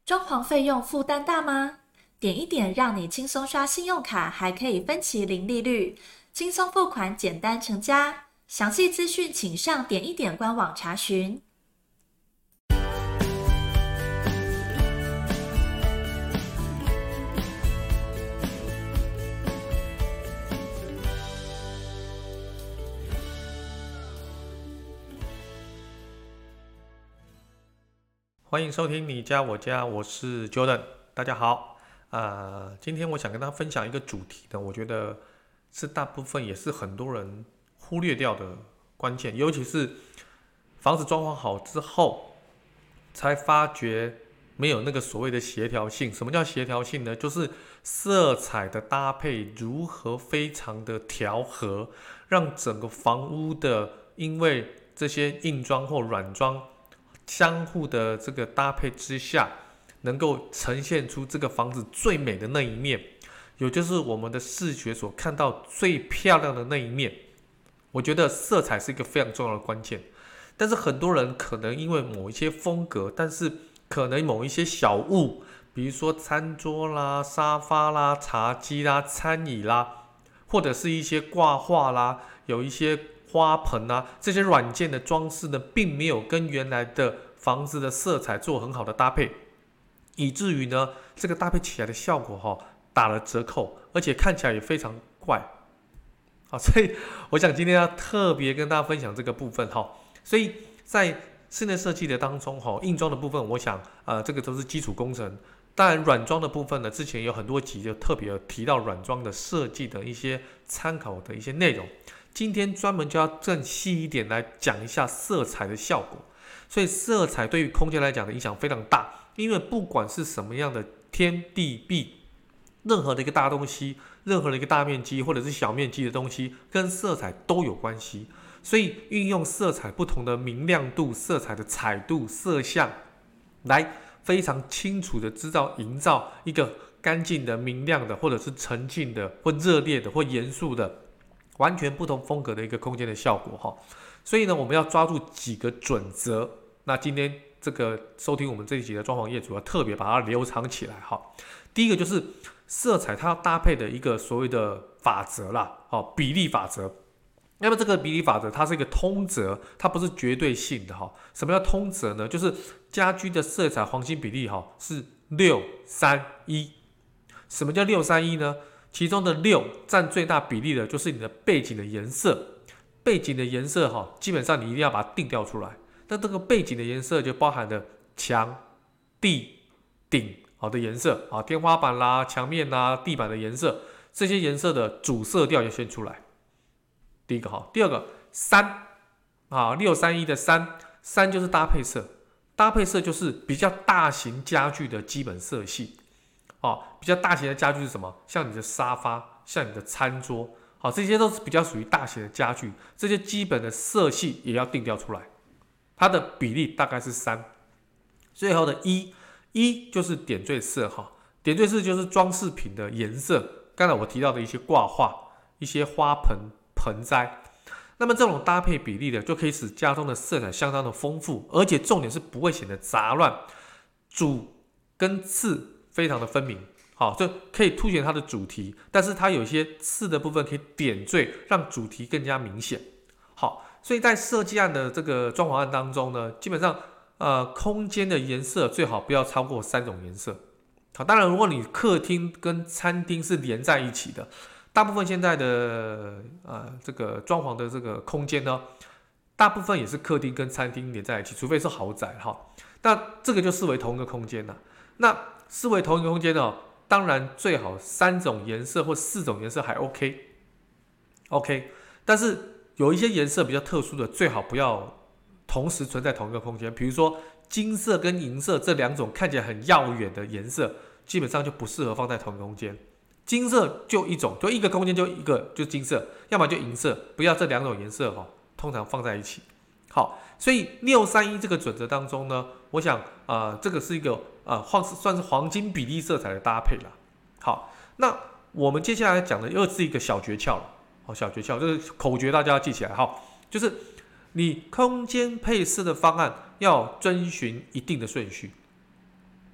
装潢费用负担大吗？点一点让你轻松刷信用卡，还可以分期零利率，轻松付款，简单成家。详细资讯请上点一点官网查询。 欢迎收听你家我家，我是 Jordan， 大家好。今天我想跟大家分享一个主题呢，我觉得是大部分也是很多人忽略掉的关键，尤其是房子装潢好之后，才发觉没有那个所谓的协调性。什么叫协调性呢？就是色彩的搭配如何非常的调和，让整个房屋的因为这些硬装或软装相互的这个搭配之下，能够呈现出这个房子最美的那一面，也就是我们的视觉所看到最漂亮的那一面。我觉得色彩是一个非常重要的关键，但是很多人可能因为某一些风格，但是可能某一些小物，比如说餐桌啦、沙发啦、茶几啦、餐椅啦，或者是一些挂画啦，有一些花盆啊，这些软件的装饰呢，并没有跟原来的房子的色彩做很好的搭配，以至于呢，这个搭配起来的效果打了折扣，而且看起来也非常怪。好，所以我想今天要特别跟大家分享这个部分哈。所以在室内设计的当中硬装的部分，我想这个都是基础工程。当然软装的部分呢，之前有很多集就特别提到软装的设计的一些参考的一些内容。今天专门就要更细一点来讲一下色彩的效果。所以色彩对于空间来讲的影响非常大，因为不管是什么样的天地壁，任何的一个大东西，任何的一个大面积或者是小面积的东西，跟色彩都有关系。所以运用色彩不同的明亮度、色彩的彩度、色相，来非常清楚的营造一个干净的、明亮的，或者是沉静的，或热烈的，或严肃的，完全不同风格的一个空间的效果所以呢，我们要抓住几个准则。那今天这个收听我们这一集的装潢业主要特别把它留长起来第一个就是色彩它要搭配的一个所谓的法则啦，比例法则。那么这个比例法则它是一个通则，它不是绝对性的什么叫通则呢？就是家居的色彩黄金比例是6-3-1。什么叫6-3-1呢？其中的6占最大比例的就是你的背景的颜色。背景的颜色基本上你一定要把它定调出来。那这个背景的颜色就包含了墙、地、顶的颜色天花板啦、墙面啦、地板的颜色，这些颜色的主色调要先出来。第一个第二个3，6-3-1的3就是搭配色。搭配色就是比较大型家具的基本色系比较大型的家具是什么？像你的沙发，像你的餐桌这些都是比较属于大型的家具，这些基本的色系也要定调出来，它的比例大概是3。最后的一就是点缀色点缀色就是装饰品的颜色，刚才我提到的一些挂画、一些花盆、盆栽。那么这种搭配比例的，就可以使家中的色彩相当的丰富，而且重点是不会显得杂乱，主跟次非常的分明就可以凸显它的主题，但是它有一些次的部分可以点缀，让主题更加明显。所以在设计案的这个装潢案当中呢，基本上空间的颜色最好不要超过3种颜色。当然如果你客厅跟餐厅是连在一起的，大部分现在的这个装潢的这个空间呢，大部分也是客厅跟餐厅连在一起，除非是豪宅那这个就视为同一个空间了。那视为同一个空间呢，当然最好3种颜色或4种颜色还 OK， 但是有一些颜色比较特殊的，最好不要同时存在同一个空间。比如说金色跟银色这2种看起来很耀眼的颜色，基本上就不适合放在同一个空间。金色就一种，就一个空间就一个，就金色，要么就银色，不要这2种颜色通常放在一起。所以6-3-1这个准则当中呢，我想这个是一个算是黄金比例色彩的搭配啦。那我们接下来讲的又是一个小诀窍了。小诀窍，这个口诀大家要记起来就是你空间配饰的方案要遵循一定的顺序。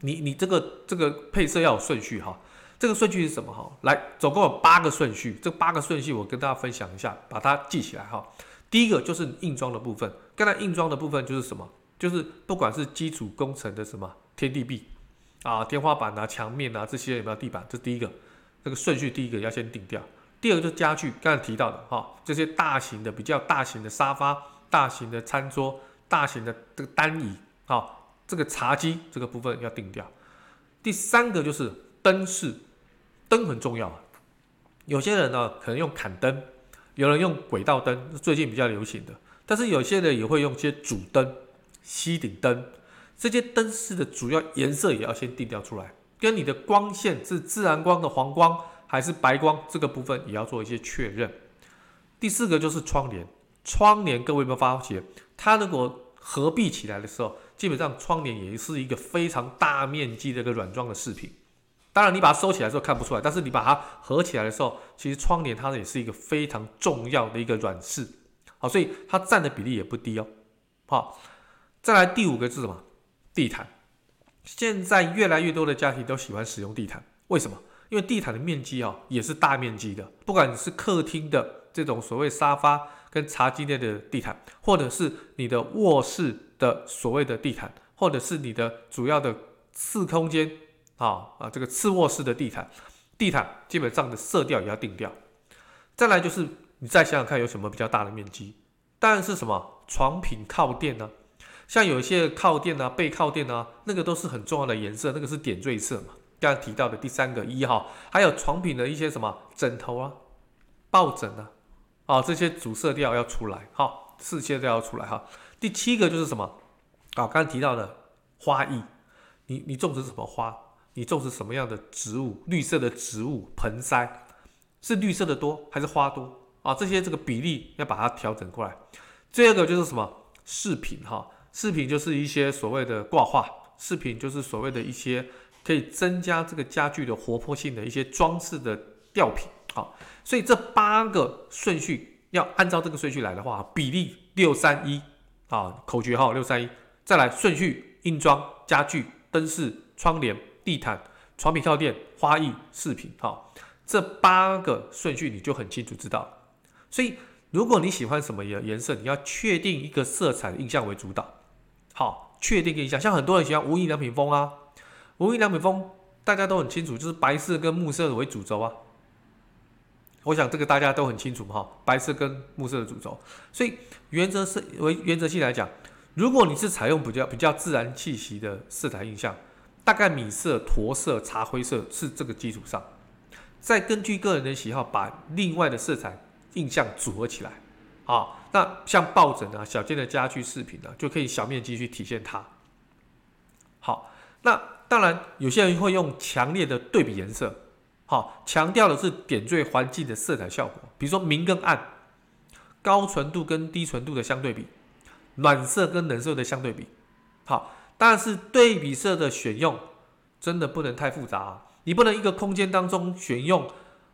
你这个配色要有顺序哈。这个顺序是什么哈？来，总共有8个顺序，这8个顺序我跟大家分享一下，把它记起来哈。第一个就是硬装的部分，刚才硬装的部分就是什么？就是不管是基础工程的什么天地壁啊、天花板啊、墙面啊这些有没有地板？这是第一个，这个顺序第一个要先定掉。第二个就是家具，刚才提到的哈，这些比较大型的沙发、大型的餐桌、大型的这个单椅啊，这个茶几这个部分要定掉。第三个就是灯饰，灯很重要啊。有些人呢可能用砍灯，有人用轨道灯，是最近比较流行的。但是有些人也会用一些主灯、吸顶灯，这些灯饰的主要颜色也要先定调出来，跟你的光线是自然光的黄光还是白光，这个部分也要做一些确认。第四个就是窗帘，窗帘各位有没有发觉，它如果合闭起来的时候，基本上窗帘也是一个非常大面积的一个软装的饰品。当然你把它收起来的时候看不出来，但是你把它合起来的时候，其实窗帘它也是一个非常重要的一个软饰，好，所以它占的比例也不低哦。好，再来第5个是什么？地毯。现在越来越多的家庭都喜欢使用地毯，为什么？因为地毯的面积也是大面积的，不管你是客厅的这种所谓沙发跟茶几类的地毯，或者是你的卧室的所谓的地毯，或者是你的主要的次空间这个次卧室的地毯基本上的色调也要定调。再来就是你再想想看有什么比较大的面积，当然是什么床品靠垫呢？像有一些靠垫啊、背靠垫啊，那个都是很重要的颜色，那个是点缀色嘛。刚才提到的第3个1号，还有床品的一些什么枕头啊、抱枕啊，这些主色调要出来，视线都要出来哈。第7个就是什么？刚才提到的花艺，你种植什么花？你种植什么样的植物？绿色的植物盆栽是绿色的多还是花多啊？这些这个比例要把它调整过来。第2个就是什么？饰品哈，饰品就是一些所谓的挂画，饰品就是所谓的一些可以增加这个家具的活泼性的一些装饰的吊品。好，所以这8个顺序要按照这个顺序来的话，比例631口诀631。再来顺序：硬装、家具、灯饰、窗帘、地毯、床品靠垫、花艺、饰品。这8个顺序你就很清楚知道。所以如果你喜欢什么颜色，你要确定一个色彩的印象为主导。好，确定一个印象，像很多人喜欢无印良品风啊，无印良品风大家都很清楚，就是白色跟木色为主轴啊。我想这个大家都很清楚哈，白色跟木色的主轴。所以原则性来讲，如果你是采用比较自然气息的色彩印象，大概米色、驼色、茶灰色是这个基础上，再根据个人的喜好把另外的色彩印象组合起来。那像抱枕啊、小件的家具饰品啊，就可以小面积去体现它。好，那当然有些人会用强烈的对比颜色，强调的是点缀环境的色彩效果，比如说明跟暗，高纯度跟低纯度的相对比，暖色跟冷色的相对比。好，但是对比色的选用真的不能太复杂你不能一个空间当中选用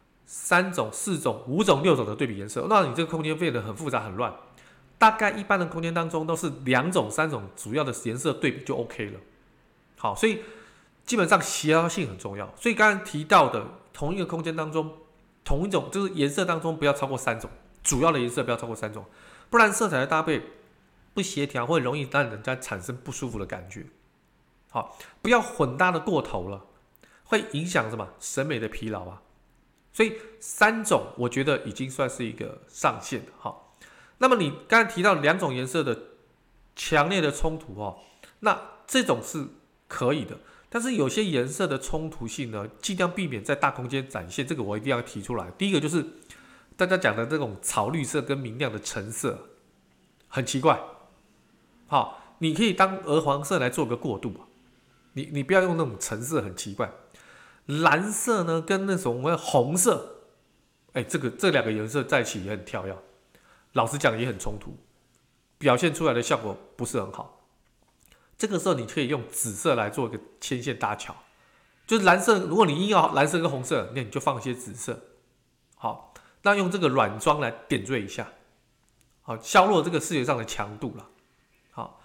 3种、4种、5种、6种的对比颜色，那你这个空间变得很复杂很乱。大概一般的空间当中都是2种、3种主要的颜色对比就 OK 了。好，所以基本上协调性很重要。所以刚才提到的同一个空间当中，同一种就是颜色当中不要超过3种，主要的颜色不要超过3种，不然色彩的搭配不协调，会容易让人家产生不舒服的感觉。好，不要混搭的过头了，会影响什么审美的疲劳啊。所以3种我觉得已经算是一个上限了。好，那么你刚才提到2种颜色的强烈的冲突那这种是可以的，但是有些颜色的冲突性呢，尽量避免在大空间展现，这个我一定要提出来。第一个就是大家讲的这种草绿色跟明亮的橙色，很奇怪。好，你可以当鹅黄色来做个过渡，你不要用那种橙色，很奇怪。蓝色呢跟那种红色，这2个颜色在一起也很跳跃，老实讲也很冲突，表现出来的效果不是很好。这个时候你可以用紫色来做一个牵线搭桥，就是蓝色，如果你硬要蓝色跟红色，那你就放一些紫色。好，那用这个软装来点缀一下，好，削弱这个视觉上的强度了。好，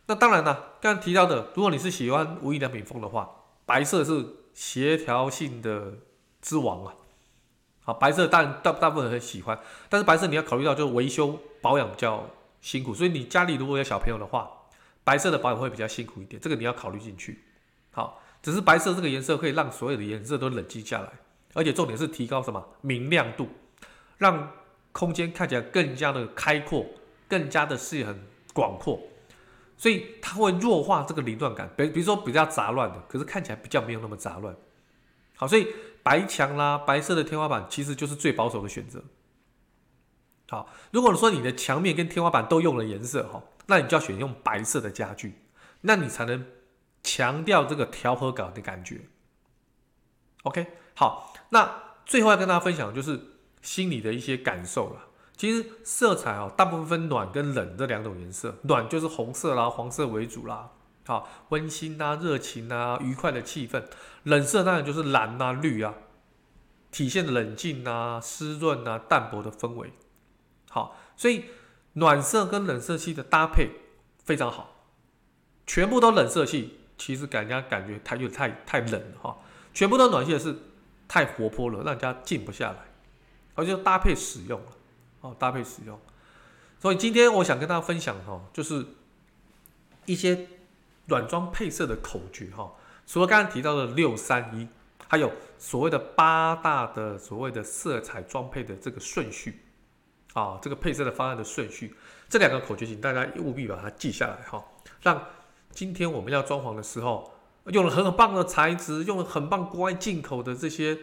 那当然了，刚刚提到的，如果你是喜欢无印良品风的话，白色是协调性的之王啊。好，白色当然大部分人很喜欢，但是白色你要考虑到就是维修保养比较辛苦，所以你家里如果有小朋友的话，白色的保养会比较辛苦一点，这个你要考虑进去。好，只是白色这个颜色可以让所有的颜色都冷静下来，而且重点是提高什么明亮度，让空间看起来更加的开阔，更加的视野很广阔，所以它会弱化这个凌乱感。比如说比较杂乱的，可是看起来比较没有那么杂乱。好，所以白墙啦、白色的天花板其实就是最保守的选择。好，如果说你的墙面跟天花板都用了颜色哈，那你就要选用白色的家具，那你才能强调这个调和感的感觉。OK， 好，那最后要跟大家分享的就是心理的一些感受啦。其实色彩大部分分暖跟冷这两种颜色，暖就是红色啦、黄色为主啦。好，温馨啊、热情啊、愉快的气氛。冷色当然就是蓝啊、绿啊，体现冷静啊、湿润啊、淡薄的氛围。好，所以暖色跟冷色系的搭配非常好。全部都冷色系，其实给人家感觉太冷了哈。全部都暖系的是太活泼了，让人家静不下来。而就搭配使用了，搭配使用。所以今天我想跟大家分享就是一些软装配色的口诀哈。除了刚刚提到的631，还有所谓的8大的所谓的色彩装配的这个顺序这个配色的方案的顺序，这两个口诀，请大家务必把它记下来哈，让今天我们要装潢的时候，用了很棒的材质，用了很棒国外进口的这些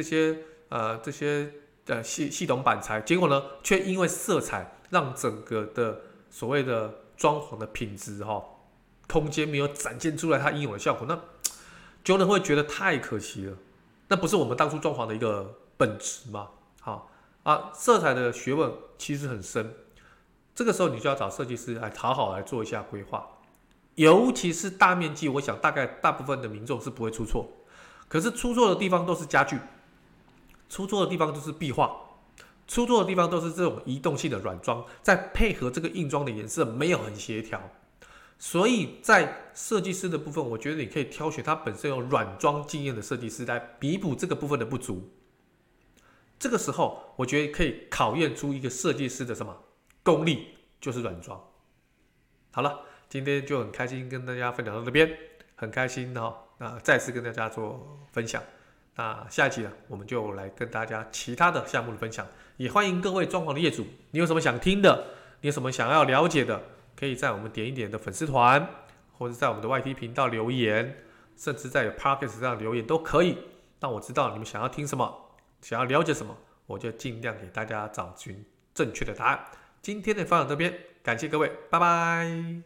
系统板材，结果呢，却因为色彩让整个的所谓的装潢的品质空间没有展现出来它应有的效果，那就人会觉得太可惜了。那不是我们当初装潢的一个本质吗？色彩的学问其实很深，这个时候你就要找设计师来好好来做一下规划。尤其是大面积，我想大概大部分的民众是不会出错，可是出错的地方都是家具，出错的地方都是壁画，出错的地方都是这种移动性的软装，再配合这个硬装的颜色没有很协调。所以在设计师的部分，我觉得你可以挑选他本身有软装经验的设计师来弥补这个部分的不足。这个时候，我觉得可以考验出一个设计师的什么功力，就是软装。好了，今天就很开心跟大家分享到这边，很开心那再次跟大家做分享。那下一期呢，我们就来跟大家其他的项目的分享。也欢迎各位装潢的业主，你有什么想听的，你有什么想要了解的，可以在我们点一点的粉丝团，或者在我们的 YT 频道留言，甚至在 Podcast 上留言都可以，让我知道你们想要听什么，想要了解什么，我就尽量给大家找寻正确的答案。今天的分享这边，感谢各位，拜拜。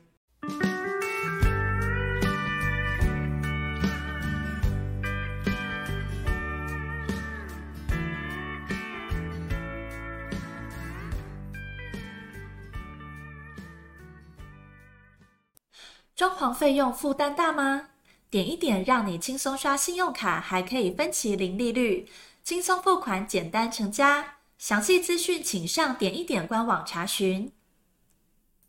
装潢费用负担大吗？点一点让你轻松刷信用卡，还可以分期零利率，轻松付款，简单成家。详细资讯请上点一点官网查询。